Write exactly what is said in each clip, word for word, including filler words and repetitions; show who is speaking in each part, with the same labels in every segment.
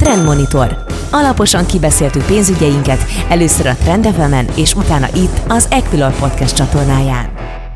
Speaker 1: Trendmonitor. Alaposan kibeszéltük pénzügyeinket, először a Trend ef emen, és utána itt az Equilor Podcast csatornáján.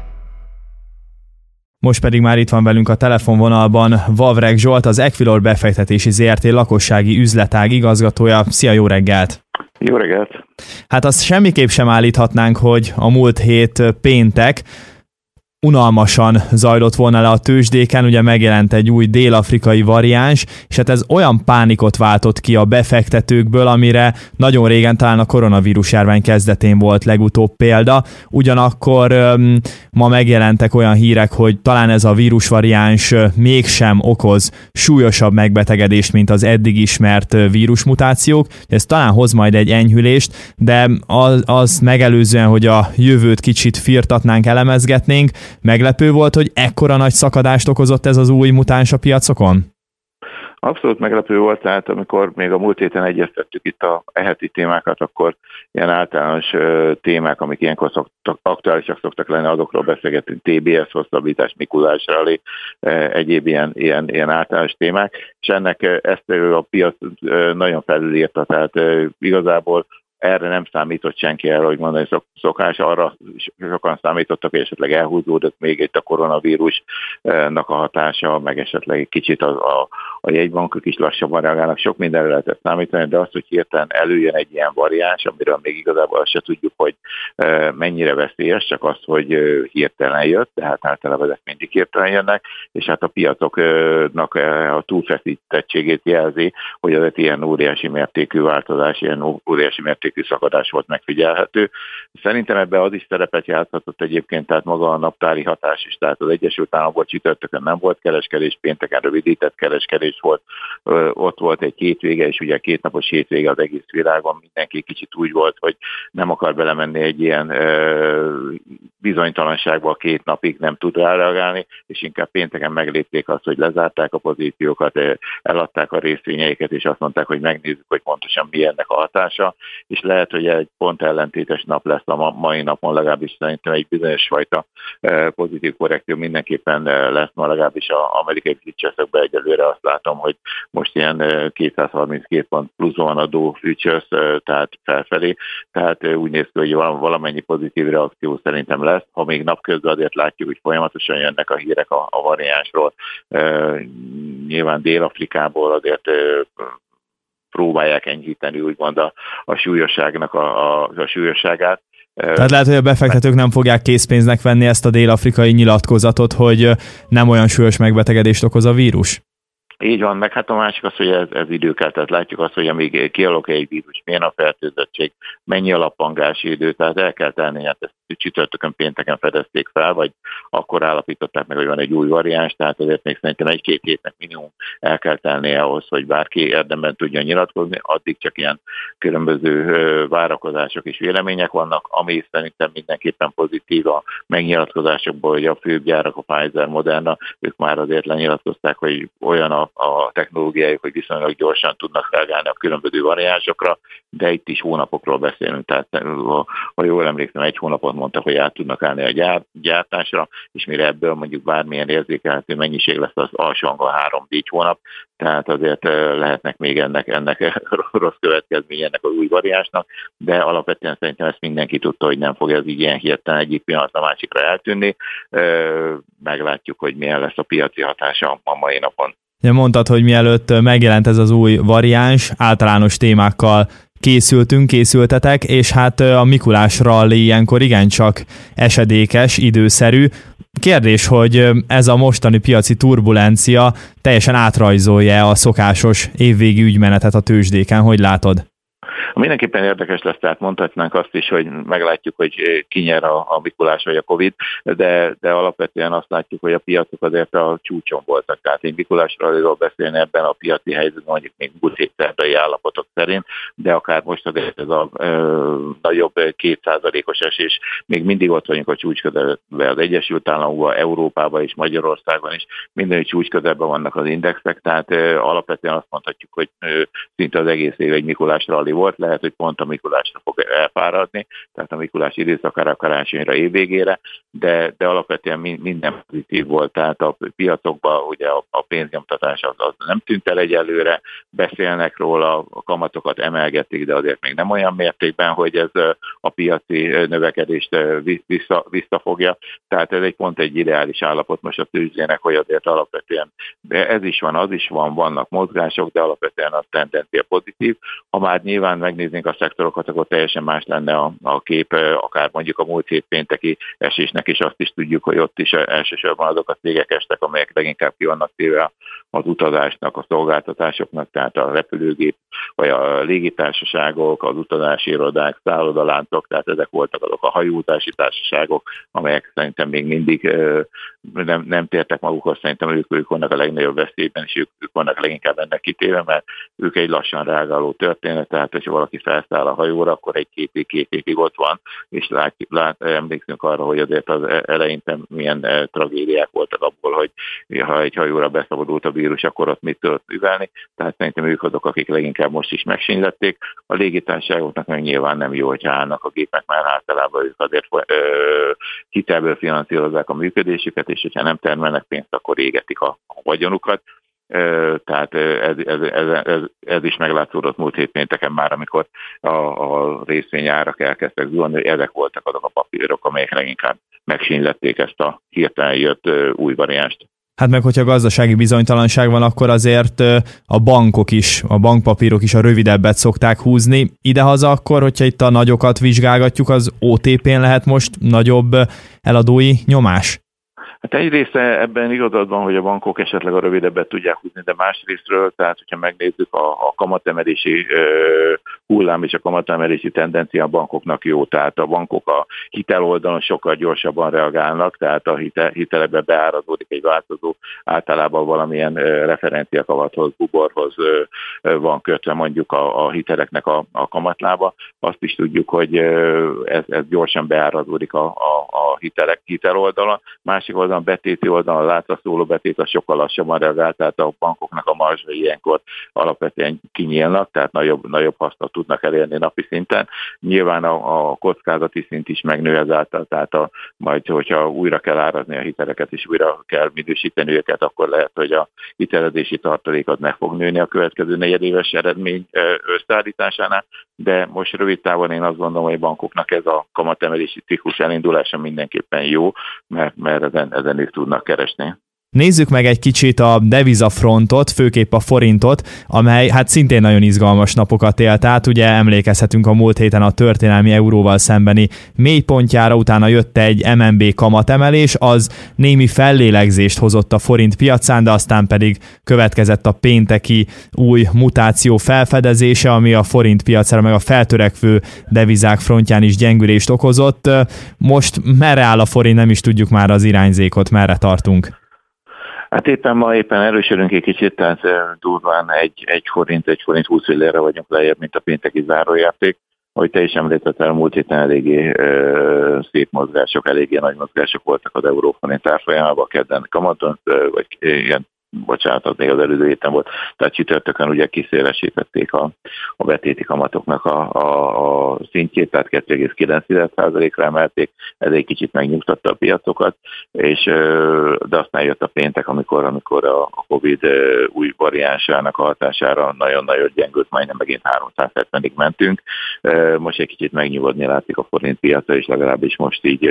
Speaker 2: Most pedig már itt van velünk a telefonvonalban Vavreg Zsolt, az Equilor Befektetési zé er té lakossági üzletág igazgatója. Szia, jó reggelt!
Speaker 3: Jó reggelt!
Speaker 2: Hát azt semmiképp sem állíthatnánk, hogy a múlt hét péntek unalmasan zajlott volna le a tőzsdéken, ugye megjelent egy új dél-afrikai variáns, és hát ez olyan pánikot váltott ki a befektetőkből, amire nagyon régen, talán a koronavírus járvány kezdetén volt legutóbb példa. Ugyanakkor öm, ma megjelentek olyan hírek, hogy talán ez a vírusvariáns mégsem okoz súlyosabb megbetegedést, mint az eddig ismert vírusmutációk. Ez talán hoz majd egy enyhülést, de az, az megelőzően, hogy a jövőt kicsit firtatnánk, elemezgetnénk, meglepő volt, hogy ekkora nagy szakadást okozott ez az új mutáns a piacokon?
Speaker 3: Abszolút meglepő volt, tehát amikor még a múlt héten egyeztettük itt a eheti témákat, akkor ilyen általános témák, amik ilyenkor szoktak, aktuálisak szoktak lenni, azokról beszélgettünk, té bé es hosszabbítás, Mikulás rally, egyéb ilyen, ilyen, ilyen általános témák, és ennek ezt a piac nagyon felülírta, tehát igazából erre nem számított senki el, hogy mondani szokás, arra sokan számítottak, hogy esetleg elhúzódott még itt a koronavírusnak a hatása, meg esetleg egy kicsit a, a, a jegybankok is lassabban reagálnak, sok mindenre lehetett számítani, de az, hogy hirtelen előjön egy ilyen variáns, amiről még igazából azt se tudjuk, hogy mennyire veszélyes, csak az, hogy hirtelen jött, de hát általában ezek mindig hirtelen jönnek, és hát a piacoknak a túlfeszítettségét jelzi, hogy azért ilyen óriási mértékű változás, ilyen óriási mértékű szakadás volt megfigyelhető. Szerintem ebben az is szerepet játszhatott egyébként, tehát maga a naptári hatás is, tehát az Egyesült Államokban csütörtökön nem volt kereskedés, pénteken rövidített kereskedés volt, ott volt egy hétvége, és ugye kétnapos hétvége az egész világon, mindenki kicsit úgy volt, hogy nem akar belemenni egy ilyen bizonytalanságba, két napig nem tud ráreagálni, és inkább pénteken meglépték azt, hogy lezárták a pozíciókat, eladták a részvényeiket, és azt mondták, hogy megnézzük, hogy pontosan mi ennek a hatása, és lehet, hogy egy pont ellentétes nap lesz a mai napon, legalábbis szerintem egy bizonyos fajta pozitív korrekció mindenképpen lesz ma, legalábbis az amerikai futures-ekben egyelőre azt látom, hogy most ilyen kétszázharminckét pont pluszban van a Dow Futures, tehát felfelé, tehát úgy néz ki, hogy valamennyi pozitív reakció szerintem lesz, ha még napközben azért látjuk, hogy folyamatosan jönnek a hírek a, a variánsról, nyilván Dél-Afrikából azért próbálják enyhíteni úgymond a, a súlyosságnak a, a, a súlyosságát.
Speaker 2: Tehát lehet, hogy a befektetők nem fogják készpénznek venni ezt a dél-afrikai nyilatkozatot, hogy nem olyan súlyos megbetegedést okoz a vírus?
Speaker 3: Így van, meg hát a másik az, hogy ez, ez idő kell, tehát látjuk azt, hogy amíg kialakul egy vírus, milyen a fertőzöttség, mennyi a lappangási idő, tehát el kell tenni, hát ezt csütörtökön, pénteken fedezték fel, vagy akkor állapították meg, hogy van egy új variáns, tehát azért még szerintem egy-két hétnek minimum el kell tennie ahhoz, hogy bárki érdemben tudjon nyilatkozni, addig csak ilyen különböző várakozások és vélemények vannak, ami szerintem mindenképpen pozitív a megnyilatkozásokból, hogy a főbb gyárak, a Pfizer, Moderna, ők már azért lenyilatkozták, hogy olyan a a technológiájuk, hogy viszonylag gyorsan tudnak reagálni a különböző variánsokra, de itt is hónapokról beszélünk, tehát ha jól emlékszem, egy hónapot mondtak, hogy át tudnak állni a gyár, gyártásra, és mire ebből mondjuk bármilyen érzékelhető mennyiség lesz, az alsóhangon három-négy hónap, tehát azért lehetnek még ennek, ennek rossz következmény ennek az új variánsnak, de alapvetően szerintem ezt mindenki tudta, hogy nem fog ez így ilyen hirtelen egyik pillanat a másikra eltűnni. Meglátjuk, hogy milyen lesz a piaci hatása a mai napon.
Speaker 2: Mondtad, hogy mielőtt megjelent ez az új variáns, általános témákkal készültünk, készültetek, és hát a Mikulás rally ilyenkor igencsak esedékes, időszerű. Kérdés, hogy ez a mostani piaci turbulencia teljesen átrajzolja a szokásos évvégi ügymenetet a tőzsdéken, hogy látod?
Speaker 3: Mindenképpen érdekes lesz, tehát mondhatnánk azt is, hogy meglátjuk, hogy ki nyer a, a Mikulás vagy a Covid, de, de alapvetően azt látjuk, hogy a piacok azért a csúcson voltak. Tehát én Mikulásról beszélni ebben a piaci helyzetben, mondjuk még múlt hét szerdai állapotok szerint, de akár most azért ez a ö, nagyobb két százalékos esés, még mindig ott vagyunk a csúcs közelben az Egyesült Államokban, Európában és Magyarországon is, minden csúcs közelben vannak az indexek, tehát ö, alapvetően azt mondhatjuk, hogy ö, szinte az egész év egy Mikulás rally volt. lehet, lehet, hogy pont a Mikulásra fog elfáradni, tehát a Mikulás időszakára, a karácsonyra, évvégére, de, de alapvetően minden pozitív volt, tehát a piacokban ugye a, a pénznyomtatás az, az nem tűnt el egyelőre, beszélnek róla, a kamatokat emelgetik, de azért még nem olyan mértékben, hogy ez a piaci növekedést vissza, visszafogja, tehát ez egy pont egy ideális állapot most a tőzsdének, hogy azért alapvetően ez is van, az is van, vannak mozgások, de alapvetően a tendencia pozitív. Ha már nyilván megnéznénk a szektorokat, akkor teljesen más lenne a, a kép, akár mondjuk a múlt hét pénteki esésnek, és azt is tudjuk, hogy ott is elsősorban azok a cégek estek, amelyek leginkább ki vannak téve az utazásnak, a szolgáltatásoknak, tehát a repülőgép, vagy a légitársaságok, az utazási irodák, szállodaláncok, tehát ezek voltak azok a hajózási társaságok, amelyek szerintem még mindig nem, nem tértek magukhoz, szerintem ők, ők vannak a legnagyobb veszélyben, és ők, ők vannak leginkább ennek kitéve, mert ők egy lassan reagáló történet, tehát hogyha valaki felszáll a hajóra, akkor egy két év, két évig ott van, és lát, lát, emlékszünk arra, hogy azért az eleinte milyen tragédiák voltak abból, hogy ha egy hajóra beszabadult a vírus, akkor ott mit tudott művelni, tehát szerintem ők azok, akik leginkább most is megsínlették. A légitársaságoknak meg nyilván nem jó, hogyha állnak a gépek, mert általában ők azért ö, hitelből finanszírozzák a működésüket, és hogyha nem termelnek pénzt, akkor égetik a, a vagyonukat. Tehát ez, ez, ez, ez, ez is meglátszódott múlt hét pénteken már, amikor a, a részvényárak elkezdtek zuhanni, hogy ezek voltak azok a papírok, amelyek leginkább megsínlették ezt a hirtelen jött új variánst.
Speaker 2: Hát meg, hogyha gazdasági bizonytalanság van, akkor azért a bankok is, a bankpapírok is a rövidebbet szokták húzni. Idehaza akkor, hogyha itt a nagyokat vizsgálgatjuk, az o té pén lehet most nagyobb eladói nyomás?
Speaker 3: Hát egyrészt ebben igazad van, hogy a bankok esetleg a rövidebbet tudják húzni, de másrésztről, tehát hogyha megnézzük a, a kamatemelési ö, hullám és a kamatemelési tendencia a bankoknak jó, tehát a bankok a hitel oldalon sokkal gyorsabban reagálnak, tehát a hitel, hitelekbe beárazódik egy változó, általában valamilyen ö, referenciakamathoz, buborhoz ö, ö, van kötve mondjuk a, a hiteleknek a, a kamatlába. Azt is tudjuk, hogy ö, ez, ez gyorsan beárazódik a, a, a hitelek hitel oldalon, másik oldalon a betéti oldalon, a látra szóló betét az sokkal lassabban reagál, tehát a bankoknak a marzsai ilyenkor alapvetően kinyílnak, tehát nagyobb, nagyobb hasznot tudnak elérni napi szinten. Nyilván a, a kockázati szint is megnő ezáltal, tehát a, majd, hogyha újra kell árazni a hiteleket és újra kell minősíteni őket, akkor lehet, hogy a hitelezési tartalékot meg fog nőni a következő negyedéves eredmény összeállításánál, de most rövid távon én azt gondolom, hogy a bankoknak ez a kamatemelési ciklus elindulása mindenképpen jó, mert, mert ezen, ezen ők tudnak keresni.
Speaker 2: Nézzük meg egy kicsit a devizafrontot, főképp a forintot, amely hát szintén nagyon izgalmas napokat élt át. Ugye emlékezhetünk a múlt héten a történelmi euróval szembeni mélypontjára, utána jött egy em en bé kamatemelés, az némi fellélegzést hozott a forint piacán, de aztán pedig következett a pénteki új mutáció felfedezése, ami a forint piacára meg a feltörekvő devizák frontján is gyengülést okozott. Most merre áll a forint, nem is tudjuk már az irányzékot, merre tartunk.
Speaker 3: Hát éppen ma éppen erősödünk egy kicsit, tehát durván egy, egy forint, egy forint húsz fillérre vagyunk lejjebb, mint a pénteki záróérték. Ahogy te is említettél, múlt héten eléggé ö, szép mozgások, eléggé nagy mozgások voltak az euróforint árfolyamában, kedden kamaton, ö, vagy ilyen, bocsánat, az még az előző héten volt, tehát csütörtökön ugye kiszélesítették a, a betéti kamatoknak a, a, a szintjét, tehát kettő egész kilenc százalékra emelték, ez egy kicsit megnyugtatta a piacokat, és, de aztán jött a péntek, amikor, amikor a Covid új variánsának a hatására nagyon-nagyon gyengült, majdnem megint háromszázhetvenig mentünk. Most egy kicsit megnyugodni látszik a forint piaca, és legalábbis most így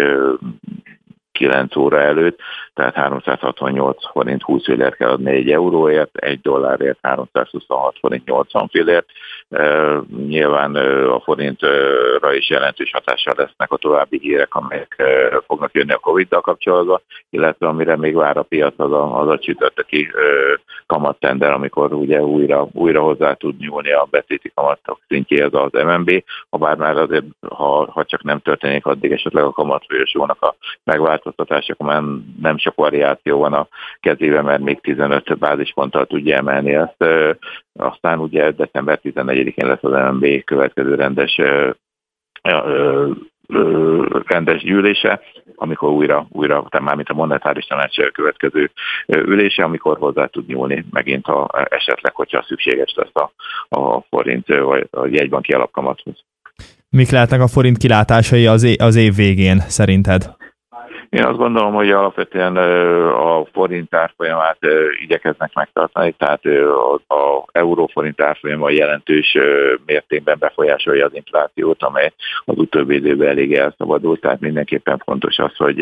Speaker 3: kilenc óra előtt, tehát háromszázhatvannyolc forint húsz fillért kell adni egy euróért, egy dollárért háromszázhuszonhat forint nyolcvan fillért. Uh, nyilván uh, a forintra is jelentős hatással lesznek a további hírek, amelyek uh, fognak jönni a Covid-dal kapcsolatban, illetve amire még vár a piac, az a, az a csütörtöki uh, kamattender, amikor ugye újra, újra hozzá tud nyúlni a betéti kamatok szintjéhez az em en bé, ha bár már azért, ha, ha csak nem történik addig esetleg a kamatfolyosónak a megváltoztatások, mert nem sok variáció van a kezében, mert még tizenöt bázisponttal tudja emelni ezt. Aztán ugye december tizennegyedikén lesz az em en bé következő rendes rendes gyűlése, amikor újra, újra tehát már mint a monetáris tanács következő ülése, amikor hozzá tud nyúlni megint, ha esetleg, hogyha szükséges lesz a, a forint vagy a jegybanki alapkamathoz.
Speaker 2: Mik lehetnek a forint kilátásai az, é- az év végén szerinted?
Speaker 3: Én azt gondolom, hogy alapvetően a forint árfolyamát igyekeznek megtartani, tehát az euró-forint árfolyama jelentős mértékben befolyásolja az inflációt, amely az utóbbi időben elég elszabadult, tehát mindenképpen fontos az, hogy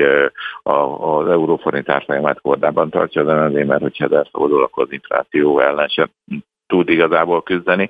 Speaker 3: az euró-forint árfolyamát kordában tartsa az em en bé, mert hogyha ez elszabadul, akkor az infláció ellen sem tud igazából küzdeni.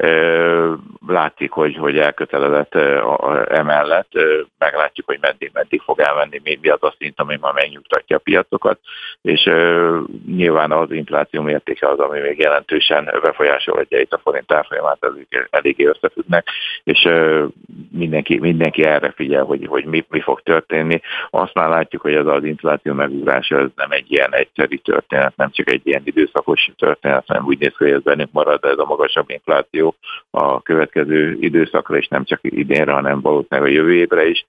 Speaker 3: Látszik, hogy, hogy elkötelezett emellett, meglátjuk, hogy meddig, meddig fog elmenni, mi az a szint, ami már megnyugtatja a piacokat, és nyilván az infláció mértéke az, ami még jelentősen befolyásolhatja itt a forint árfolyamát, elég, eléggé összefüggnek, és mindenki, mindenki erre figyel, hogy, hogy mi, mi fog történni. Azt már látjuk, hogy ez az infláció megugrása ez nem egy ilyen egyszerű történet, nem csak egy ilyen időszakos történet, hanem úgy néz ki, hogy ez bennünk marad ez a magasabb infláció a következő időszakra, és nem csak idénre, hanem valószínűleg a jövő évre is.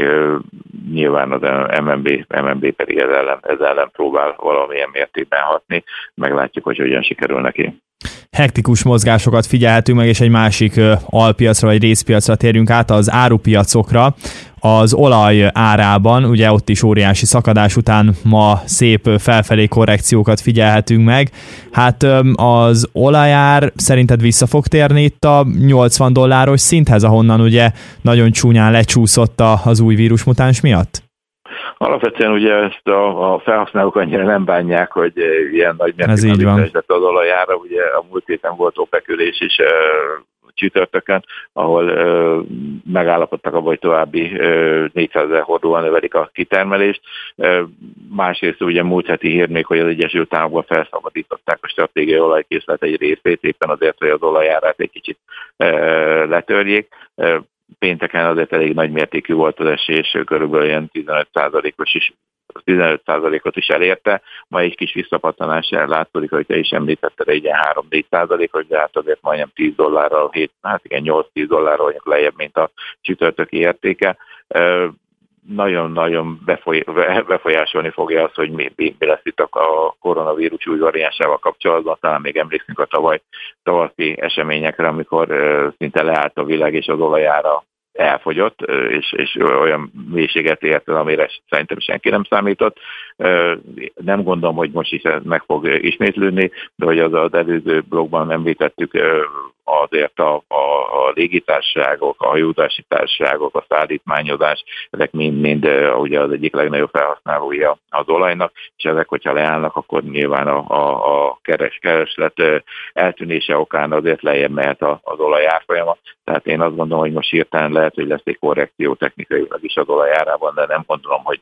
Speaker 3: Nyilván az em en bé, em en bé pedig ez ellen, ez ellen próbál valamilyen mértékben hatni. Meglátjuk, hogy hogyan sikerül neki.
Speaker 2: Hektikus mozgásokat figyelhetünk meg, és egy másik alpiacra vagy részpiacra térjünk át, az árupiacokra. Az olaj árában, ugye ott is óriási szakadás után ma szép felfelé korrekciókat figyelhetünk meg. Hát az olajár szerinted vissza fog térni itt a nyolcvan dolláros szinthez, ahonnan ugye nagyon csúnyán lecsúszott az új vírusmutáns miatt?
Speaker 3: Alapvetően ugye ezt a, a felhasználók annyira nem bánják, hogy ilyen nagy mértékben visszaesett az olajára. Ugye a múlt héten volt OPEC-ülés is uh, csütörtökön, ahol uh, megállapodtak abban, hogy további uh, négyszázezer hordóval növelik a kitermelést. Uh, másrészt ugye múlt heti hír még, hogy az Egyesült Államokban felszabadították a stratégiai olajkészlet egy részét, éppen azért, hogy az olajárát egy kicsit uh, letörjék. Uh, Pénteken azért elég nagy mértékű volt az esés, körülbelül ilyen tizenöt százalékos is, tizenöt százalékot is elérte. Ma egy kis visszapattanás látszik, hogy te is említetted, egy ilyen három-négy százalékos, de hát azért majdnem tíz dollárral, hét, hát igen, nyolc-tíz dollárral vagyunk lejjebb, mint a csütörtöki értéke. Nagyon-nagyon befoly, befolyásolni fogja az, hogy mi, mi lesz itt a koronavírus új variánsával kapcsolatban. Talán még emlékszünk a tavaly tavaszi eseményekre, amikor szinte leállt a világ, és az olajára elfogyott, és, és olyan mélységet ért el, amire szerintem senki nem számított. Nem gondolom, hogy most is ez meg fog ismétlődni, de hogy az az előző blogban említettük, azért a, a, a légitársaságok, a hajózási társaságok, a szállítmányozás, ezek mind-mind ugye az egyik legnagyobb felhasználója az olajnak, és ezek, hogyha leállnak, akkor nyilván a, a, a keres, kereslet eltűnése okán azért lejjebb mehet az olaj árfolyama. Tehát én azt gondolom, hogy most hirtelen lehet, hogy lesz egy korrekció technikailag is az olajárában, de nem gondolom, hogy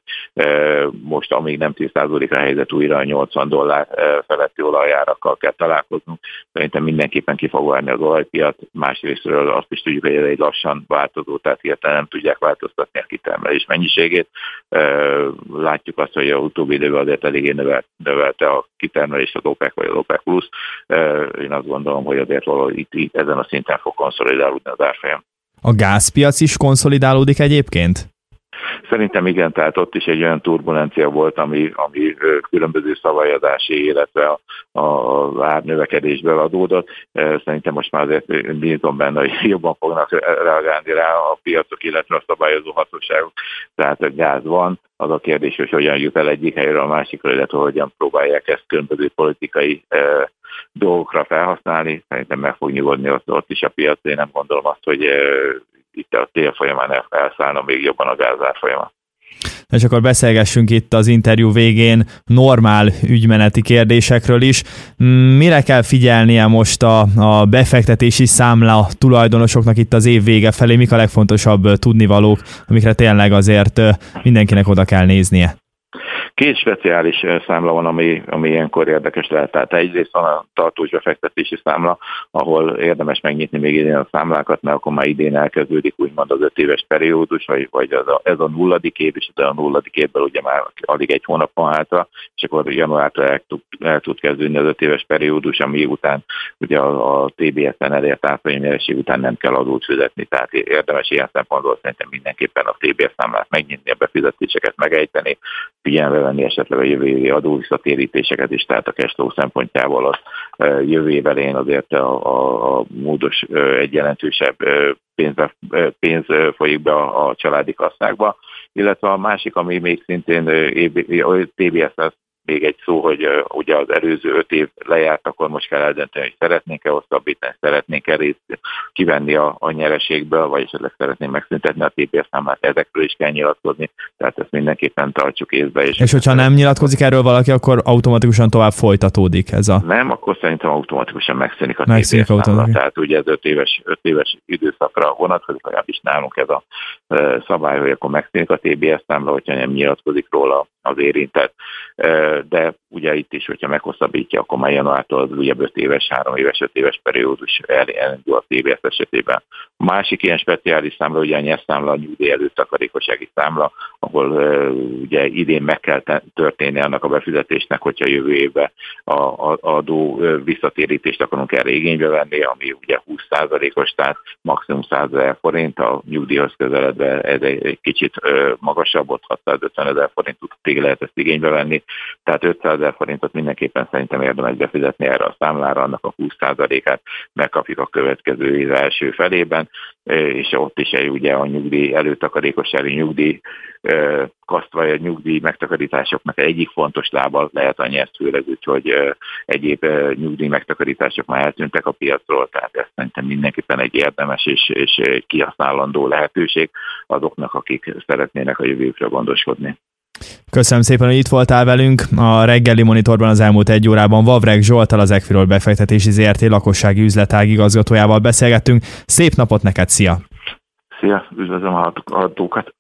Speaker 3: most amíg nem tisztázódik a helyzet, újra a nyolcvan dollár feletti olajárakkal kell találkoznunk. Szerintem mindenképpen ki fog várni az olajpiac, másrésztről azt is tudjuk, hogy ez egy lassan változó, tehát hirtelen nem tudják változtatni a kitermelés mennyiségét. Látjuk azt, hogy a utóbbi időben azért eléggé növelte a kitermelést az OPEC vagy az OPEC plusz. Én azt gondolom, hogy azért valahogy itt, itt ezen a szinten fog konszolidálódni az árfolyam. A
Speaker 2: gázpiac is konszolidálódik egyébként?
Speaker 3: Szerintem igen, tehát ott is egy olyan turbulencia volt, ami, ami különböző szabályozási, illetve a, a árnövekedésből adódott. Szerintem most már azért bízom benne, hogy jobban fognak reagálni rá a piacok, illetve a szabályozó hatóságok. Tehát a gáz van. Az a kérdés, hogy hogyan jut el egyik helyről a másikra, illetve hogyan próbálják ezt különböző politikai eh, dolgokra felhasználni. Szerintem meg fog nyugodni ott, ott is a piac. Én nem gondolom azt, hogy eh, itt a tél folyamán elszállna még jobban a gázár folyamán.
Speaker 2: És akkor beszélgessünk itt az interjú végén normál ügymeneti kérdésekről is. Mire kell figyelnie most a, a befektetési számla tulajdonosoknak itt az év vége felé? Mik a legfontosabb tudnivalók, amikre tényleg azért mindenkinek oda kell néznie?
Speaker 3: Két speciális számla van, ami, ami ilyenkor érdekes lehet. Tehát egyrészt van a tartós befektetési számla, ahol érdemes megnyitni még idén a számlákat, mert akkor már idén elkezdődik úgymond az öt éves periódus, vagy, vagy ez, a, ez a nulladik év, és ez a nulladik évben ugye már alig egy hónap van hátra, és akkor januártól el tud, el tud kezdődni az öt éves periódus, ami után ugye a, a té bé es-en elért árfolyam nyereség után nem kell adót fizetni. Tehát érdemes ilyen szempontból szerintem mindenképpen a té bé es számlát megnyitni, a befizetéseket megejteni, figyelembe venni esetleg a jövő évi adóvisszatérítéseket is, tehát a cashflow szempontjából az jövő év elején azért a, a, a módos egy jelentősebb pénz, pénz folyik be a, a családi kasszákba, illetve a másik, ami még szintén té bé es-hez még egy szó, hogy uh, ugye az előző öt év lejárt, akkor most kell eldönteni, hogy szeretnénk-e hosszabbítani, szeretnénk-e részt kivenni a, a nyereségből, vagy esetleg szeretnénk megszüntetni a té bé es számlát, ezekről is kell nyilatkozni, tehát ezt mindenképpen tartsuk észbe. És,
Speaker 2: és hogyha nem nyilatkozik erről valaki, akkor automatikusan tovább folytatódik ez a...
Speaker 3: Nem, akkor szerintem automatikusan megszűnik a té bé es számla. Tehát ugye ez öt éves, öt éves időszakra vonatkozik, legalábbis nálunk ez a uh, szabály, hogy akkor megszűnik a té bé es számla, hogyha nem nyilatkozik róla az érintett. De ugye itt is, hogyha meghosszabbítja, akkor már januártól az újabb öt éves, három éves, öt éves periódus elindul a té bé es esetében. A másik ilyen speciális számla, ugye a nyerszámla, a nyugdíj előtt takarékossági számla, ahol uh, ugye idén meg kell történni annak a befizetésnek, hogyha jövő évben a, a, adó uh, visszatérítést akarunk erre igénybe venni, ami ugye húsz százalékos, tehát maximum százezer forint, a nyugdíjhoz közeledve ez egy, egy kicsit uh, magasabb, ott hatszázötvenezer forintig lehet ezt igénybe venni, tehát ötszázezer forintot mindenképpen szerintem érdemes befizetni erre a számlára, annak a húsz százalékát megkapjuk a következő év első felében, és ott is egy, ugye a nyugdíj előtakarékossági nyugdíj kaszt vagy a nyugdíj megtakarításoknak egyik fontos lába lehet a nyert, főleg úgy, hogy egyéb nyugdíj megtakarítások már eltűntek a piacról, tehát ez szerintem mindenképpen egy érdemes és, és kihasználandó lehetőség azoknak, akik szeretnének a jövőkre gondoskodni.
Speaker 2: Köszönöm szépen, hogy itt voltál velünk. A reggeli monitorban az elmúlt egy órában Vavreg Zsolttal, az Equiról befektetési zé er té lakossági üzletág igazgatójával beszélgettünk. Szép napot neked, szia!
Speaker 3: Szia, üdvözlöm a hallgatókat!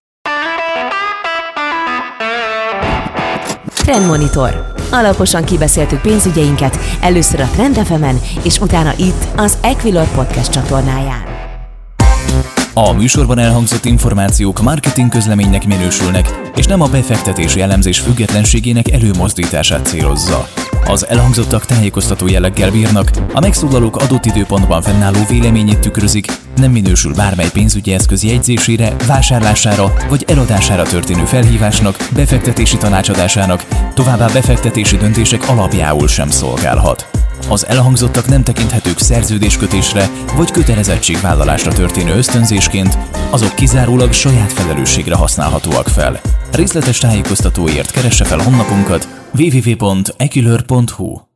Speaker 1: Trendmonitor. Alaposan kibeszéltük pénzügyeinket, először a Trend ef emen, és utána itt az Equilor Podcast csatornáján.
Speaker 4: A műsorban elhangzott információk marketing közleménynek minősülnek, és nem a befektetési elemzés függetlenségének előmozdítását célozza. Az elhangzottak tájékoztató jelleggel bírnak, a megszólalók adott időpontban fennálló véleményét tükrözik, nem minősül bármely pénzügyi eszköz jegyzésére, vásárlására vagy eladására történő felhívásnak, befektetési tanácsadásának, továbbá befektetési döntések alapjául sem szolgálhat. Az elhangzottak nem tekinthetők szerződéskötésre vagy kötelezettségvállalásra történő ösztönzésként, azok kizárólag saját felelősségre használhatóak fel. Részletes tájékoztatóért keresse fel honlapunkat double-u double-u double-u pont equilor pont hu.